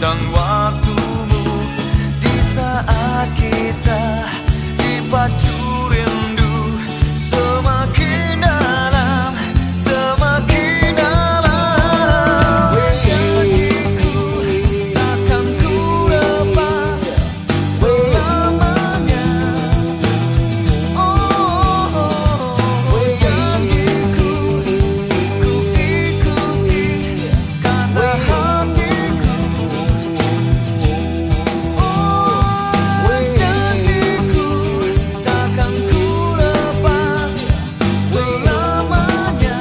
dan waktumu di saat kita dipacu rindu semakin dalam, semakin dalam. Janjiku takkan ku lepas selamanya. Janjiku ku ikuti kata hatiku. Janjiku takkan ku lepas selamanya.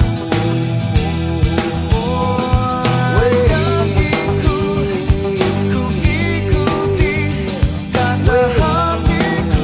Janjiku ku ikuti kata hatiku.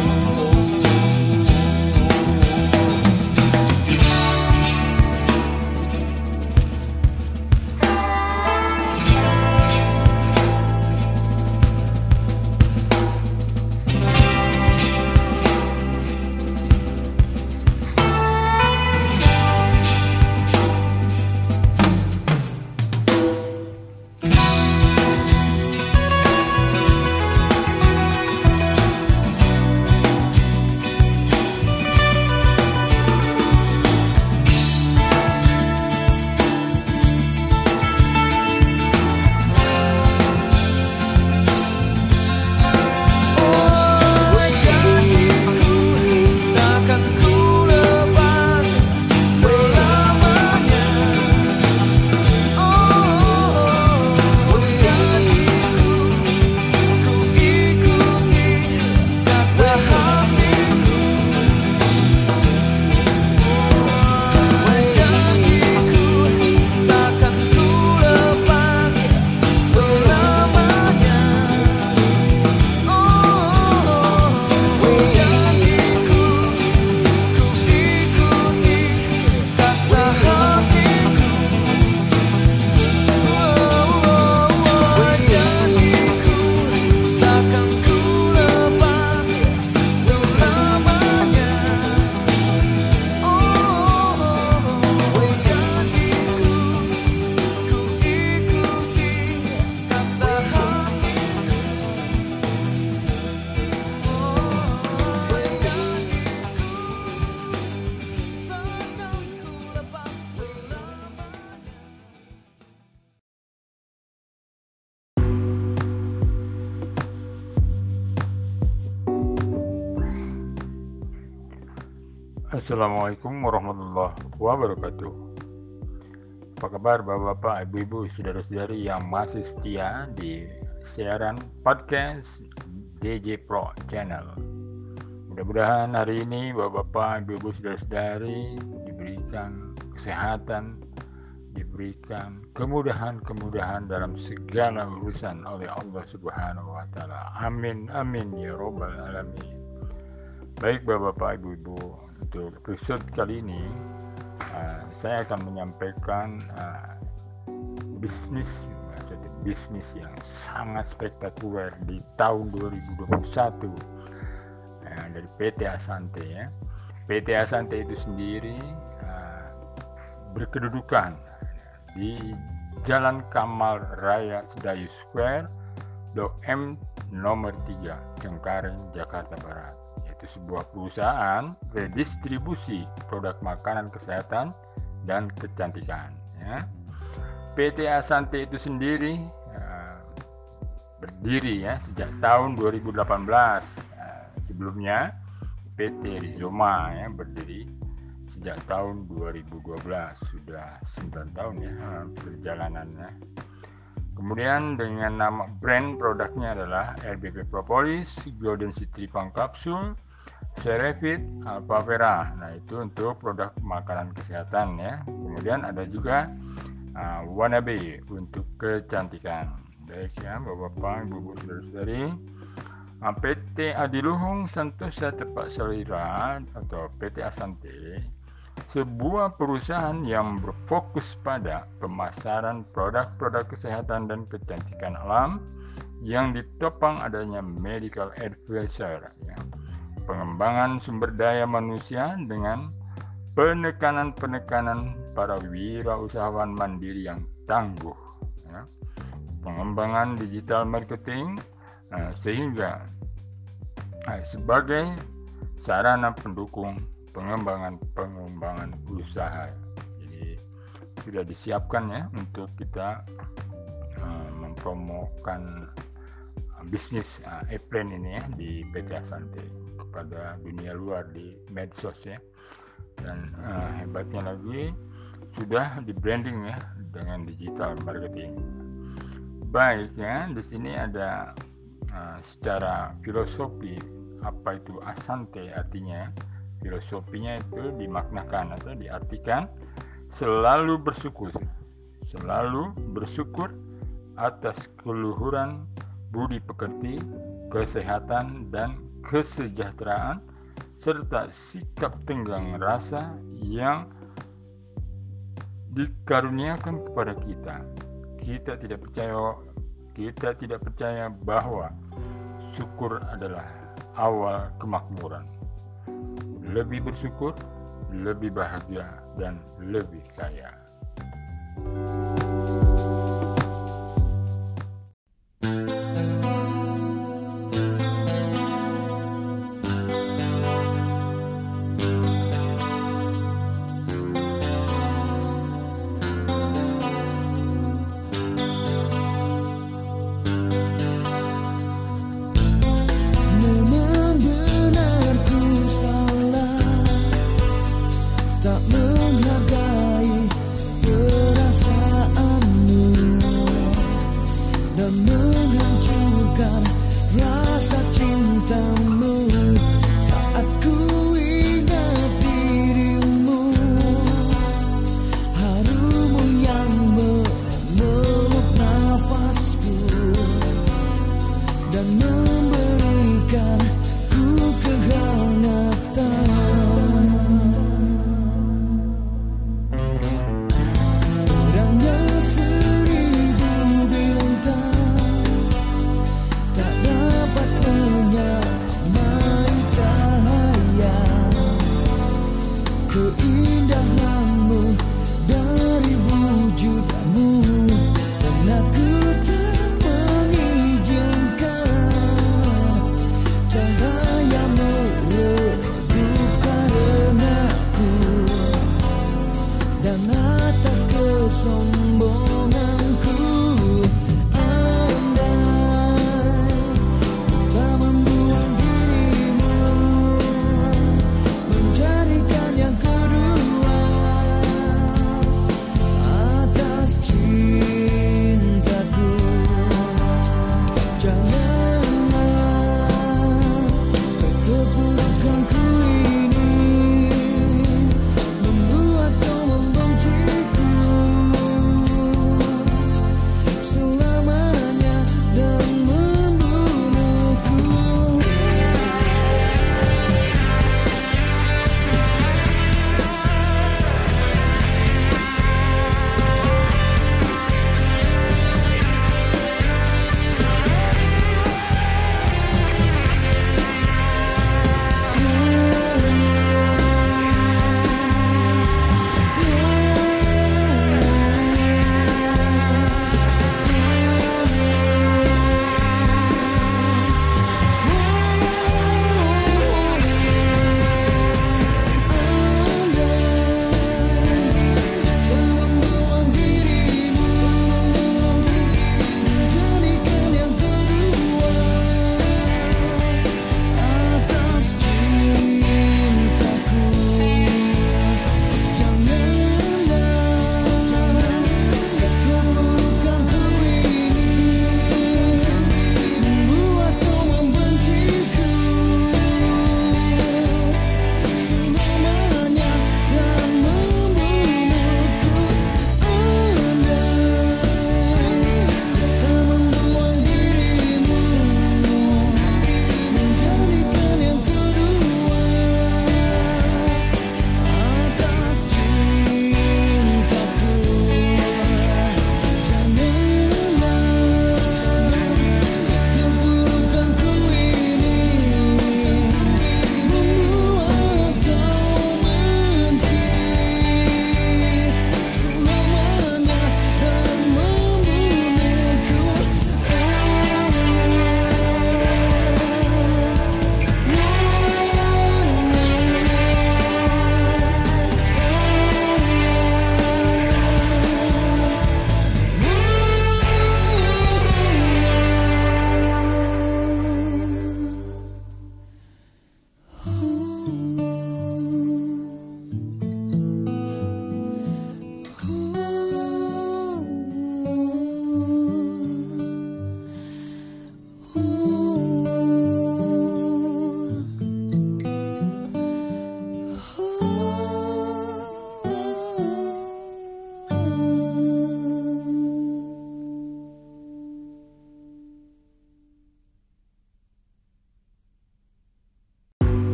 Takkan ku lepas selamanya. Janjiku ku ikuti kata hatiku. Janjiku takkan ku lepas selamanya. Janjiku ku ikuti kata hatiku. Janjiku takkan ku lepas selamanya. Janjiku ku ikuti kata hatiku. Assalamualaikum warahmatullahi wabarakatuh. Apa kabar Bapak-bapak, Ibu-ibu, saudara-saudari yang masih setia di siaran podcast DJ Pro Channel. Mudah-mudahan hari ini Bapak-bapak, Ibu-ibu, saudara-saudari diberikan kesehatan, diberikan kemudahan-kemudahan dalam segala urusan oleh Allah Subhanahu wa taala. Amin amin ya rabbal alamin. Baik Bapak-bapak, Ibu-ibu, untuk episode kali ini saya akan menyampaikan bisnis yang sangat spektakuler di tahun 2021 dari PT Asante ya. PT Asante itu sendiri berkedudukan di Jalan Kamal Raya Sedayu Square, Blok M nomor 3, Cengkareng, Jakarta Barat. Yaitu sebuah perusahaan redistribusi produk makanan kesehatan dan kecantikan ya. PT Asante itu sendiri berdiri ya sejak tahun 2018. Sebelumnya PT Rizoma ya berdiri sejak tahun 2012, sudah 9 tahun ya perjalanannya. Kemudian dengan nama brand produknya adalah RBP Propolis, Golden City Pang Kapsul, Cerevit, Alpha Vera. Nah itu untuk produk makanan kesehatan ya. Kemudian ada juga Wannabe untuk kecantikan. Baik ya Bapak-bapak, Ibu-ibu, saudara-saudari, PT Adiluhung Santosa Tepak Selera atau PT Asante, sebuah perusahaan yang berfokus pada pemasaran produk-produk kesehatan dan kecantikan alam yang ditopang adanya medical advisor ya. Pengembangan sumber daya manusia dengan penekanan para wirausahawan mandiri yang tangguh ya. pengembangan digital marketing sehingga sebagai sarana pendukung pengembangan usaha. Jadi sudah disiapkan ya untuk kita mempromokan bisnis e-plan ini ya di PT Asante kepada dunia luar di medsos ya. Dan hebatnya lagi sudah di branding ya dengan digital marketing. Baik ya, di sini ada secara filosofi apa itu Asante, artinya filosofinya itu dimaknakan atau diartikan selalu bersyukur atas keluhuran budi pekerti, kesehatan dan kesejahteraan serta sikap tenggang rasa yang dikaruniakan kepada kita. Kita tidak percaya bahwa syukur adalah awal kemakmuran. Lebih bersyukur, lebih bahagia dan lebih kaya. Dan aku tak mengizinkan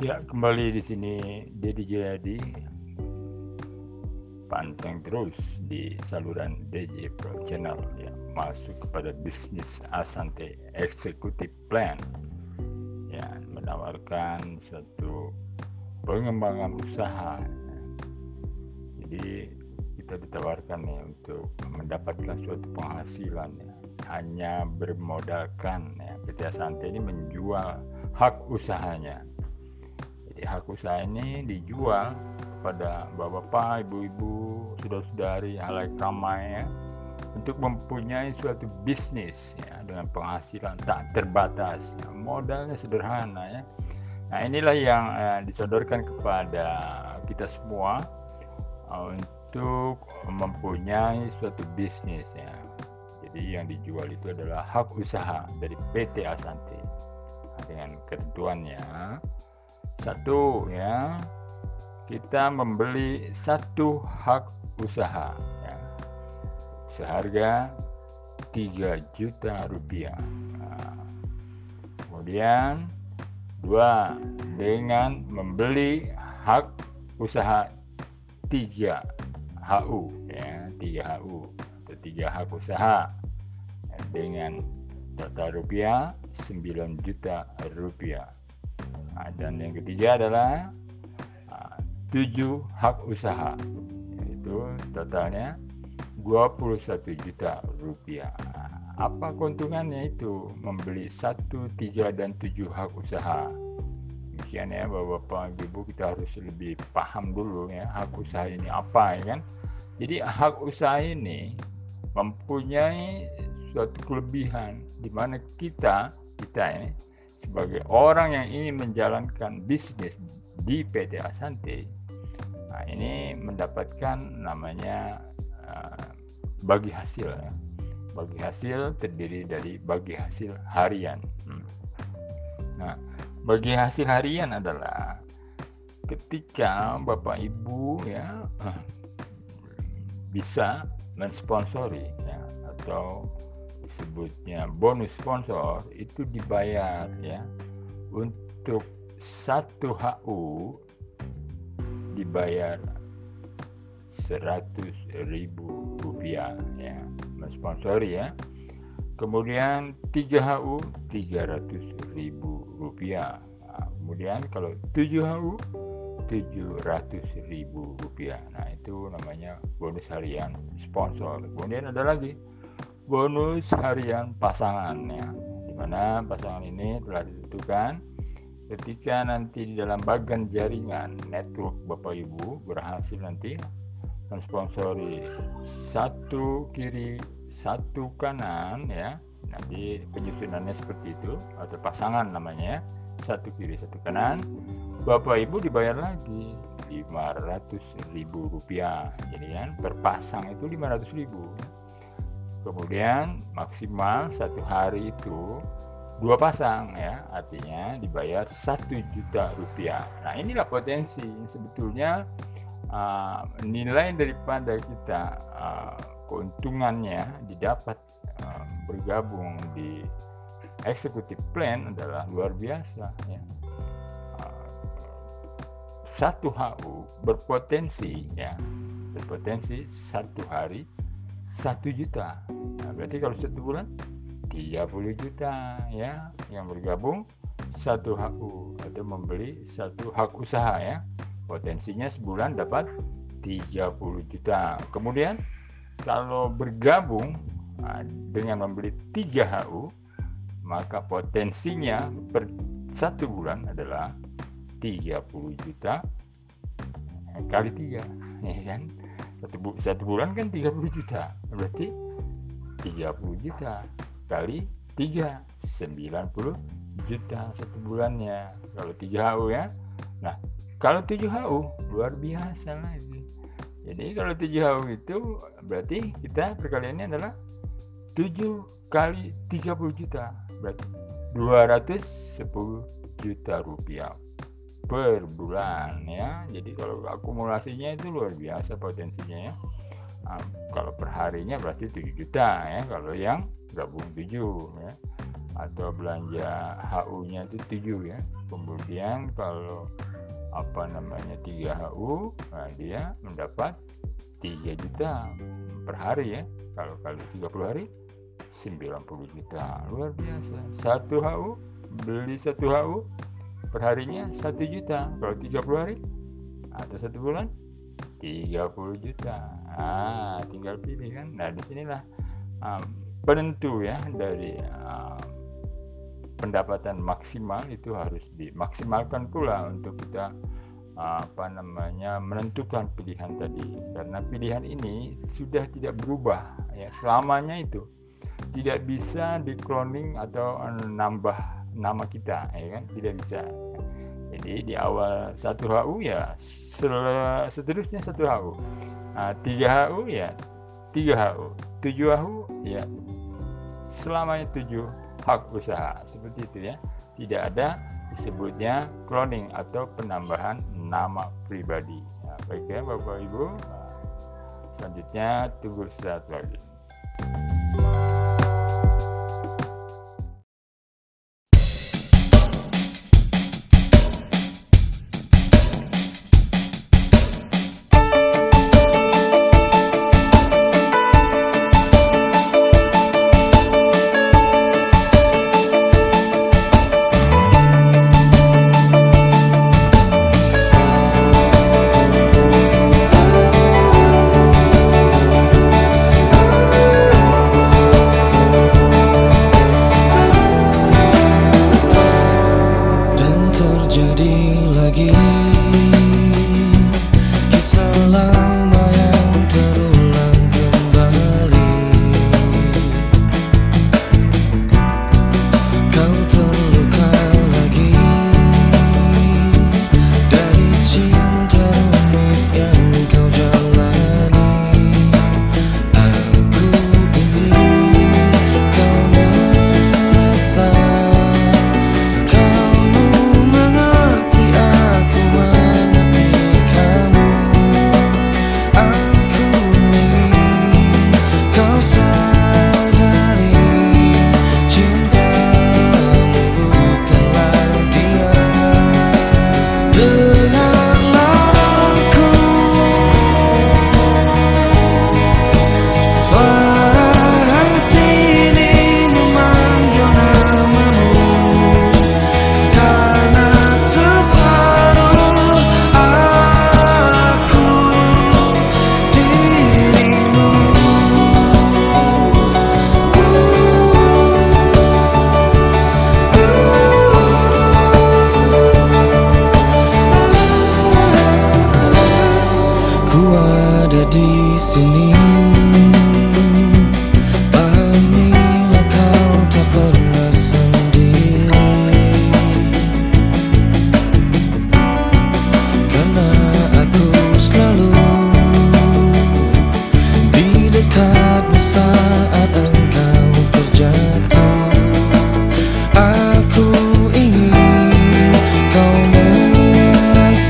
Ya, kembali di sini Dedi Jayadi. Panteng terus di saluran DJ Pro Channel ya, masuk kepada bisnis Asante Executive Plan ya, menawarkan suatu pengembangan usaha. Jadi kita ditawarkan ya untuk mendapatkan suatu penghasilan ya, hanya bermodalkan ya, PT Asante ini menjual hak usahanya. Jadi hak usaha ini dijual pada bapak-bapak, ibu-ibu, saudara-saudari, halayak ramai ya, untuk mempunyai suatu bisnis ya, dengan penghasilan tak terbatas ya, modalnya sederhana ya. Nah, inilah yang disodorkan kepada kita semua untuk mempunyai suatu bisnis ya. Jadi yang dijual itu adalah hak usaha dari PT Asante dengan ketentuannya. Satu ya, kita membeli satu hak usaha ya, seharga 3 juta rupiah. Nah, kemudian 2, dengan membeli hak usaha 3 HU ya, 3 HU atau 3 hak usaha dengan total rupiah 9 juta rupiah. Nah, dan yang ketiga adalah 7 hak usaha, yaitu totalnya 21 juta rupiah. Apa keuntungannya itu membeli 1, 3, dan 7 hak usaha? Demikian ya Bapak Ibu, kita harus lebih paham dulu ya hak usaha ini apa ya kan. Jadi hak usaha ini mempunyai suatu kelebihan di mana kita ini sebagai orang yang ingin menjalankan bisnis di PT Asante, nah ini mendapatkan namanya bagi hasil ya. Bagi hasil terdiri dari bagi hasil harian. Nah, bagi hasil harian adalah ketika Bapak Ibu ya bisa mensponsori ya, atau disebutnya bonus sponsor, itu dibayar ya, untuk 1 HU dibayar 100.000 rupiah ya, mensponsori ya. Kemudian 3 HU 300.000 rupiah. Nah, kemudian kalau 7 HU 700.000 rupiah. Nah, itu namanya bonus harian sponsor. Kemudian ada lagi bonus harian pasangan ya, dimana pasangan ini telah ditentukan ketika nanti di dalam bagian jaringan network Bapak Ibu berhasil nanti mensponsori 1 kiri 1 kanan ya, nanti penyusunannya seperti itu, atau pasangan namanya, 1 kiri 1 kanan, Bapak Ibu dibayar lagi 500.000 rupiah. Jadi kan per pasang itu 500.000. Kemudian maksimal 1 hari itu 2 pasang ya, artinya dibayar 1 juta rupiah. Nah, inilah potensi sebetulnya nilai daripada kita keuntungannya didapat bergabung di executive plan adalah luar biasa ya. 1 HU berpotensi 1 hari 1 juta. Nah, berarti kalau 1 bulan 30 juta ya, yang bergabung 1 HU atau membeli 1 hak usaha ya. Potensinya sebulan dapat 30 juta. Kemudian kalau bergabung dengan membeli 3 HU, maka potensinya per 1 bulan adalah 30 juta kali 3 ya kan. Satu bulan kan 30 juta, berarti 30 juta kali 3 90 juta 1 bulannya kalau 3 HU ya. Nah, kalau 7 HU luar biasa lagi. Jadi kalau 7 HU itu berarti kita perkaliannya adalah 7 kali 30 juta, berarti 210 juta rupiah per bulan ya. Jadi kalau akumulasinya itu luar biasa potensinya ya. Kalau per harinya berarti 7 juta ya, kalau yang gabung 7 ya, atau belanja HU nya itu 7 ya, Kemudian kalau 3HU, nah dia mendapat 3 juta per hari ya. Kalau kali 30 hari 90 juta, luar biasa. 1HU, beli 1HU perharinya 1 juta, kalau 30 hari atau 1 bulan 30 juta. Tinggal pilih kan. Nah, disinilah penentu ya dari pendapatan maksimal itu harus dimaksimalkan pula untuk kita menentukan pilihan tadi, karena pilihan ini sudah tidak berubah ya selamanya, itu tidak bisa di-cloning atau nambah nama kita ya kan, tidak bisa. Jadi di awal 1HU ya seterusnya 1HU, 3HU ya 3HU, 7HU ya selamanya 7 hak usaha, seperti itu ya. Tidak ada disebutnya cloning atau penambahan nama pribadi. Baik ya Bapak Ibu, selanjutnya tunggu sesaat lagi.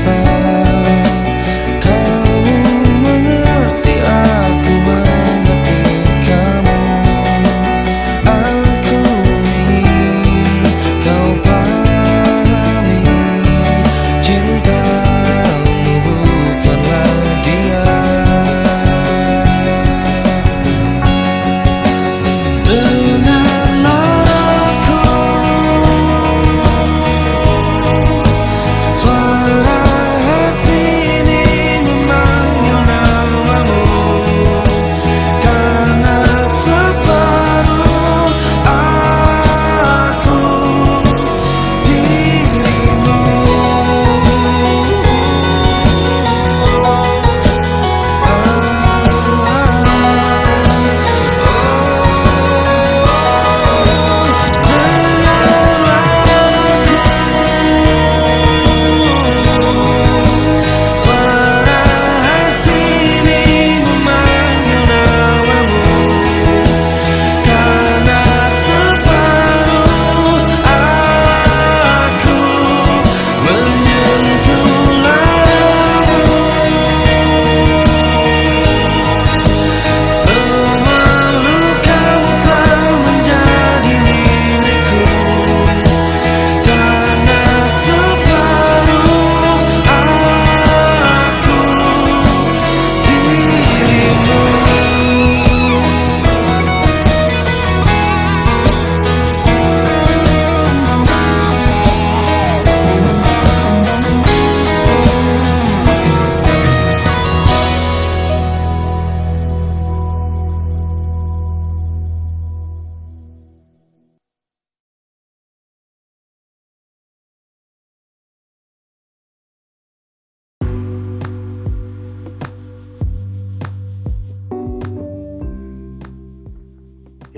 Kau mengerti, aku mengerti.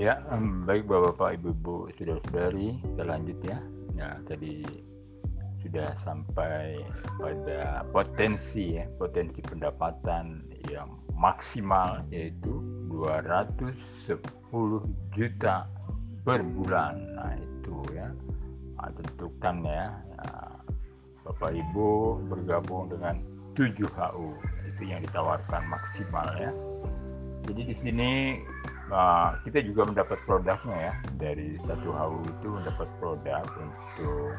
Ya, baik Bapak, Ibu, Saudara-saudari, kita lanjut ya. Nah, tadi sudah sampai pada potensi pendapatan yang maksimal, yaitu 210 juta per bulan. Nah, itu ya. Nah, tentukan ya. Nah, Bapak Ibu bergabung dengan 7HU, itu yang ditawarkan maksimal ya. Jadi di sini kita juga mendapat produknya ya, dari 1HU itu mendapat produk untuk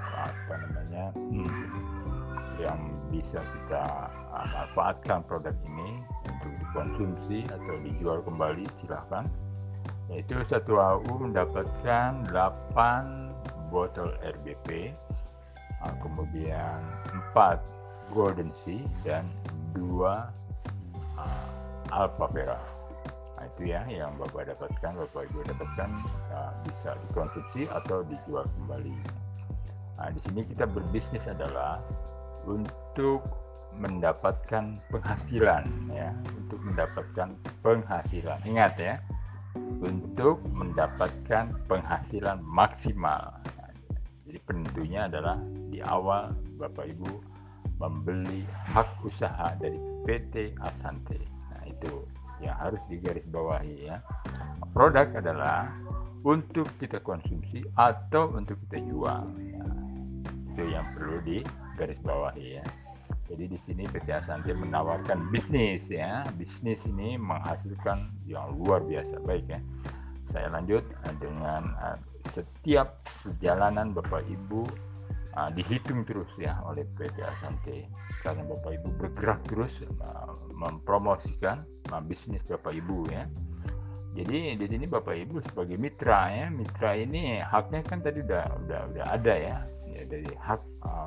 yang bisa kita manfaatkan produk ini untuk dikonsumsi atau dijual kembali, silahkan. Yaitu 1HU mendapatkan 8 botol RBP, kemudian 4 Golden Sea dan 2 Alpha Vera. Nah, itu ya yang Bapak Ibu dapatkan, bisa dikonsumsi atau dijual kembali. Nah, di sini kita berbisnis adalah untuk mendapatkan penghasilan ya, untuk mendapatkan penghasilan. Ingat ya, untuk mendapatkan penghasilan maksimal. Nah, jadi penentunya adalah di awal Bapak Ibu membeli hak usaha dari PT Asante. Nah, itu yang harus digarisbawahi ya. Produk adalah untuk kita konsumsi atau untuk kita jual. Ya. Itu yang perlu digarisbawahi ya. Jadi di sini PT Asante menawarkan bisnis ya. Bisnis ini menghasilkan yang luar biasa. Baik ya. Saya lanjut dengan setiap perjalanan Bapak Ibu dihitung terus ya oleh PT Asante, karena Bapak Ibu bergerak terus mempromosikan bisnis Bapak Ibu ya. Jadi di sini Bapak Ibu sebagai mitra ya, mitra ini haknya kan tadi udah ada ya, dari hak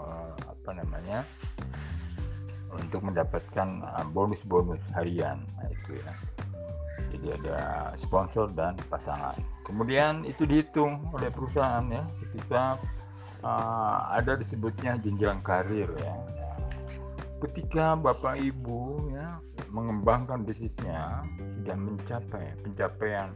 untuk mendapatkan bonus harian. Nah, itu ya. Jadi ada sponsor dan pasangan. Kemudian itu dihitung oleh perusahaan ya, ketika ada disebutnya jenjang karir ya. Ketika Bapak Ibu ya mengembangkan bisnisnya sudah mencapai pencapaian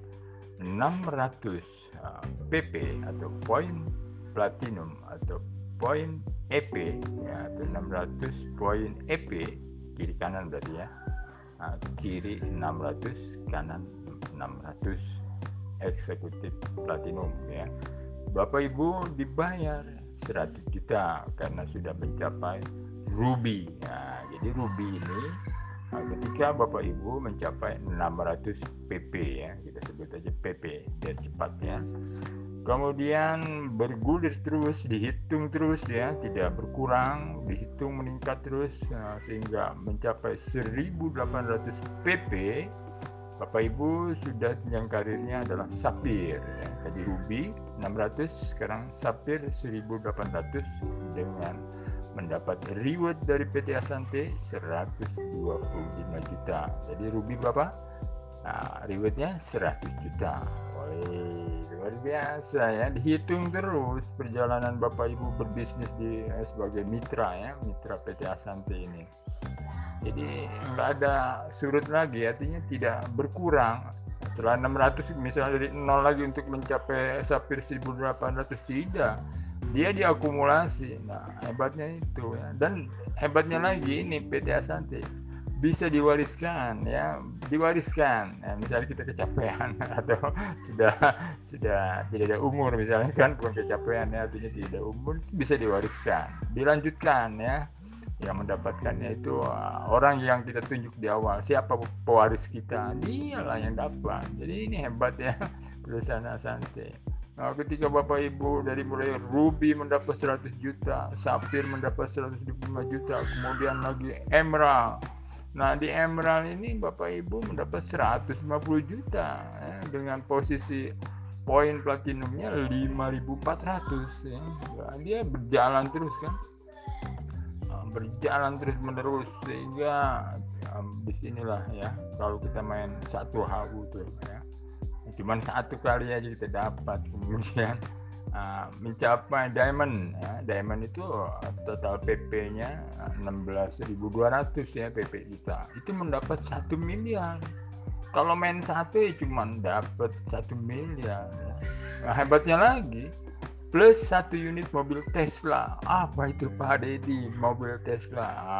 600 PP atau poin platinum atau poin EP ya, atau 600 poin EP, kiri kanan berarti ya. Kiri 600, kanan 600 eksekutif platinum ya. Bapak Ibu dibayar 100 juta karena sudah mencapai Ruby. Nah, jadi Ruby ini ketika Bapak Ibu mencapai 600 PP ya, kita sebut aja PP biar cepat ya. Kemudian bergulir terus, dihitung terus ya, tidak berkurang, dihitung meningkat terus sehingga mencapai 1800 PP. Bapak Ibu sudah jenjang karirnya adalah Sapphire ya. Tadi Ruby 600, sekarang Sapphire 1800 dengan mendapat reward dari PT Asante 125 juta. Jadi Ruby Bapak, rewardnya 100 juta. Woi, luar biasa ya. Dihitung terus perjalanan Bapak Ibu berbisnis sebagai mitra ya, mitra PT Asante ini. Jadi nggak ada surut lagi, artinya tidak berkurang. Setelah 600 misalnya dari 0 lagi untuk mencapai Sapphire 1800, tidak. Dia diakumulasi. Nah, hebatnya itu ya. Dan hebatnya lagi ini PT Asante bisa diwariskan ya, diwariskan. Misalnya kita kecapean atau sudah tidak ada umur misalnya kan, bukan kecapean ya, artinya tidak ada umur, bisa diwariskan, dilanjutkan ya. Yang mendapatkannya itu orang yang kita tunjuk di awal, siapa pewaris kita, dialah yang dapat. Jadi ini hebat ya perusahaan Asante. Nah, ketika Bapak Ibu dari mulai Ruby mendapat 100 juta, Sapphire mendapat 125 juta, kemudian lagi Emerald. Nah, di Emerald ini Bapak Ibu mendapat 150 juta ya, dengan posisi poin platinumnya 5.400 ya. Nah, dia berjalan terus kan. Berjalan terus menerus sehingga disinilah ya, kalau kita main 1HU tuh ya, cuman satu kali aja kita dapat, kemudian mencapai diamond ya. Diamond itu total PP-nya 16.200 ya, PP kita itu mendapat 1 miliar. Kalau main satu ya cuma dapat 1 miliar. Nah, hebatnya lagi, plus 1 unit mobil Tesla. Apa itu Pak Deddy? Mobil Tesla,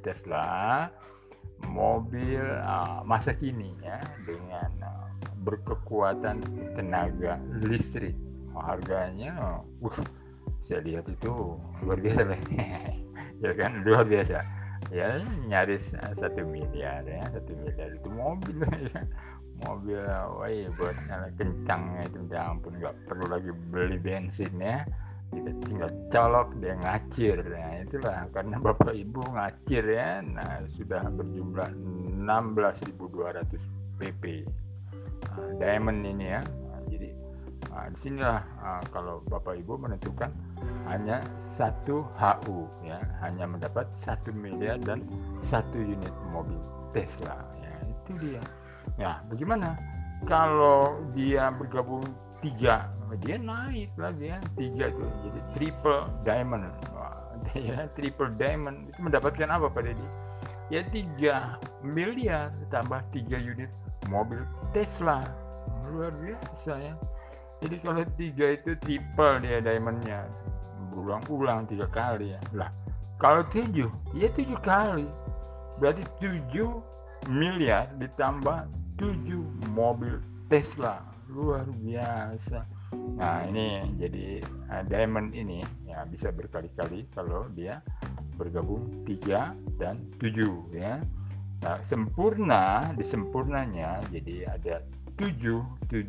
mobil masa kini ya, dengan berkekuatan tenaga listrik. Harganya, saya lihat itu luar biasa lah. Ya kan, luar biasa. Ya nyaris 1 miliar ya, 1 miliar itu mobil ya. Mobil buat nyala kencangnya itu minta ampun, nggak perlu lagi beli bensin ya, kita tinggal colok dia ngacir. Nah itulah karena bapak ibu ngacir ya. Nah sudah berjumlah 16.200 pp diamond ini ya. Jadi disinilah kalau bapak ibu menentukan hanya 1 HU ya, hanya mendapat 1 miliar dan 1 unit mobil Tesla ya, itu dia. Nah bagaimana kalau dia bergabung 3, dia naik lagi ya, 3 itu jadi triple diamond. Ya, triple diamond itu mendapatkan apa Pak Deddy? Ya 3 miliar tambah 3 unit mobil Tesla. Luar biasa ya. Jadi kalau 3 itu triple dia diamondnya, berulang-ulang 3 kali ya. Lah kalau 7 ya 7 kali, berarti 7 miliar ditambah 7 mobil Tesla. Luar biasa. Nah ini jadi diamond ini ya bisa berkali-kali kalau dia bergabung 3 dan 7 ya. Nah disempurnanya jadi ada 7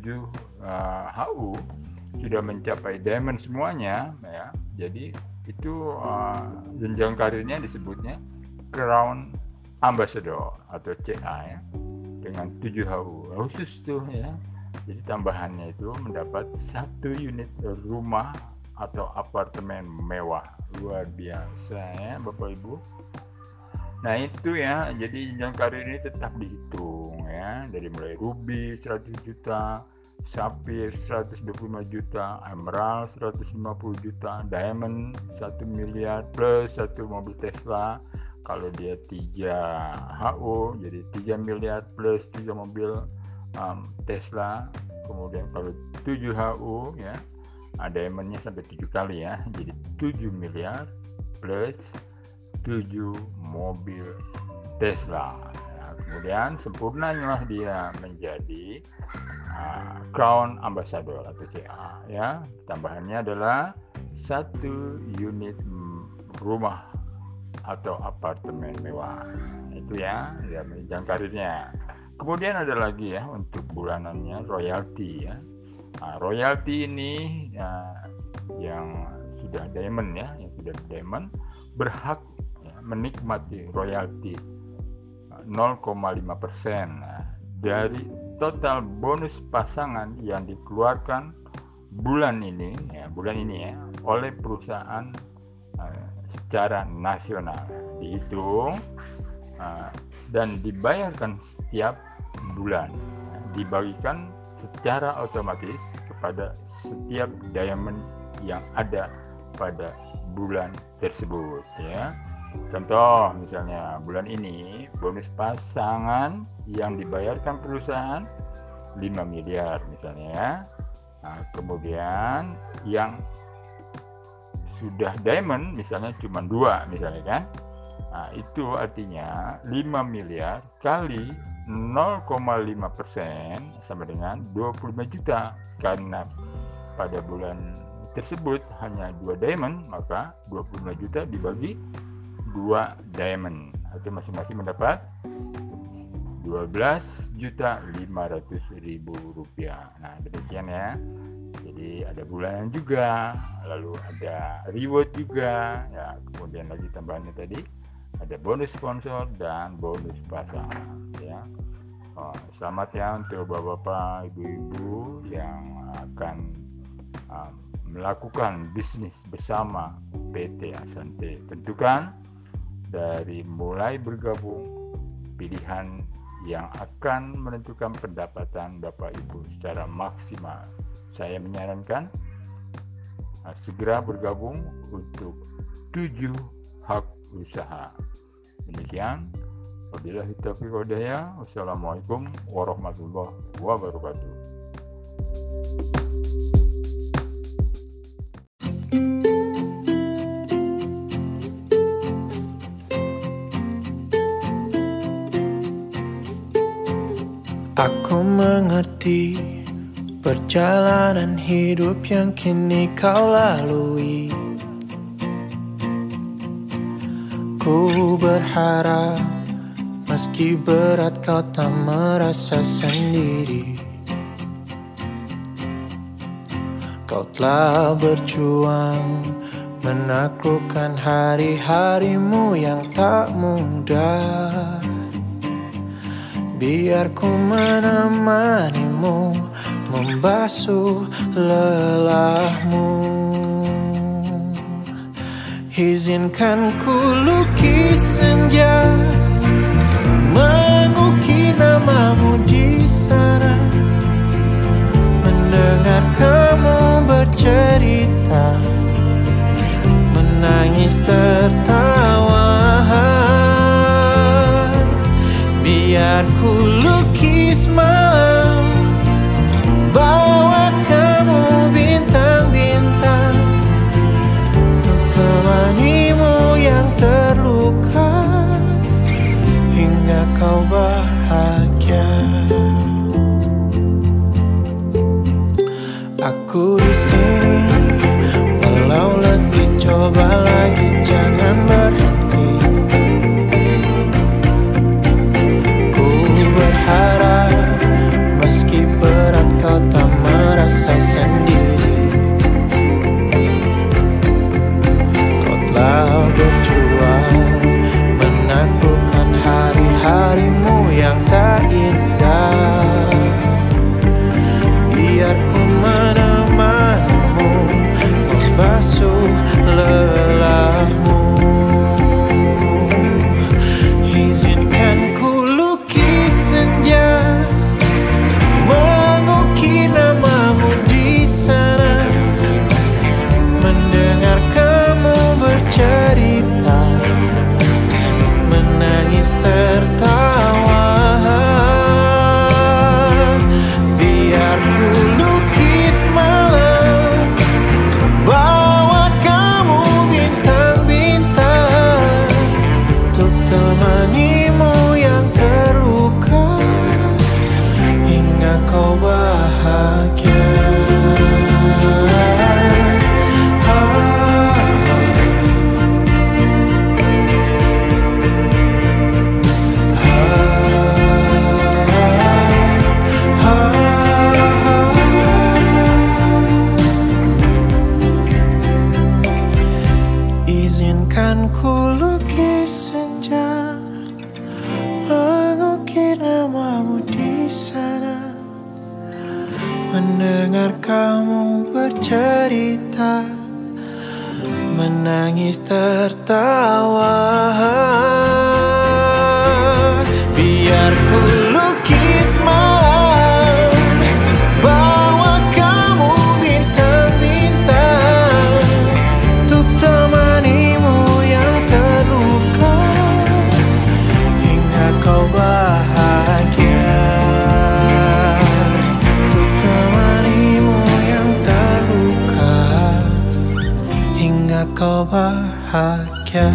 HU sudah mencapai diamond semuanya ya. Jadi itu jenjang karirnya disebutnya Crown Ambassador atau CA ya, dengan 7 HU khusus tuh ya. Jadi tambahannya itu mendapat 1 unit rumah atau apartemen mewah. Luar biasa ya Bapak Ibu. Nah itu ya, jadi jenjang karir ini tetap dihitung ya, dari mulai ruby 100 juta, sapphire 125 juta, emerald 150 juta, diamond 1 miliar plus 1 mobil Tesla. Kalau dia 3 HU jadi 3 miliar plus 3 mobil Tesla. Kemudian kalau 7 HU ya, diamondnya sampai 7 kali ya, jadi 7 miliar plus 7 mobil Tesla. Nah, kemudian sempurnanya dia menjadi Crown Ambassador atau CA ya. Tambahannya adalah 1 unit rumah atau apartemen mewah. Itu ya jenjang karirnya. Kemudian ada lagi ya untuk bulanannya royalti ya. Nah, royalti ini yang sudah diamond ya, yang sudah diamond berhak menikmati royalti 0,5% dari total bonus pasangan yang dikeluarkan bulan ini ya oleh perusahaan secara nasional, dihitung dan dibayarkan setiap bulan, dibagikan secara otomatis kepada setiap diamond yang ada pada bulan tersebut ya. Contoh misalnya bulan ini bonus pasangan yang dibayarkan perusahaan 5 miliar misalnya ya. Nah, kemudian yang sudah diamond misalnya cuma 2 misalnya kan. Nah, itu artinya 5 miliar kali 0,5% sama dengan 25 juta. Karena pada bulan tersebut hanya 2 diamond, maka 25 juta dibagi 2 diamond, atau masing-masing mendapat 12.500.000 rupiah. Nah demikian ya. Jadi ada bulanan juga, lalu ada reward juga ya, kemudian lagi tambahannya tadi ada bonus sponsor dan bonus pasangan ya. Selamat ya untuk bapak-bapak, ibu-ibu yang akan melakukan bisnis bersama PT Asante. Tentukan dari mulai bergabung, pilihan yang akan menentukan pendapatan bapak ibu secara maksimal. Saya menyarankan segera bergabung untuk 7 hak usaha. Demikian Wabillahi taufiq wal hidayah. Wassalamualaikum warahmatullahi wabarakatuh. Aku mengerti perjalanan hidup yang kini kau lalui. Ku berharap meski berat kau tak merasa sendiri. Kau telah berjuang menaklukkan hari-harimu yang tak mudah. Biar ku menemanimu, membasuh lelahmu. Izinkan ku lukis senja, mengukir namamu di sana. Mendengar kamu bercerita, menangis tertawa. Biar ku lukis malam, bawa kamu bintang-bintang, untuk temanimu yang terluka hingga kau bahagia. Aku di sini, walau letih coba lagi, jangan berhenti. Harap meski berat kau tak merasa sendiri. Kau telah berjuang menaklukkan hari-harimu yang tak indah. Biar ku menemanimu, membasuh lelahmu. Izinkan ku senja, mengukir namamu di sana. Mendengar kamu bercerita, menangis tertawa. Biar ku lukis malam, bawa kamu bintang-bintang, untuk temanimu yang terluka hingga kau bahagia. Izinkan ku lukis senja, mengukir namamu di sana. Mendengar kamu bercerita, menangis tertawa. Biar ku lukis malam, bawa kamu bintang-bintang, untuk temanimu yang terluka hingga kau bahagia. Untuk temanimu yang terluka hingga kau bahagia.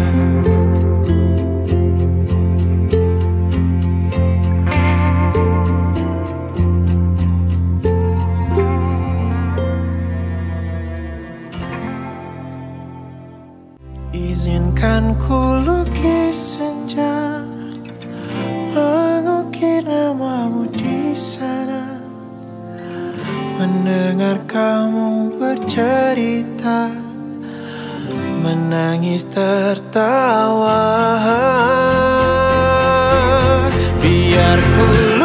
Izinkan ku lukis senja, mengukir namamu di sana. Mendengar kamu bercerita, menangis tertawa. Biar ku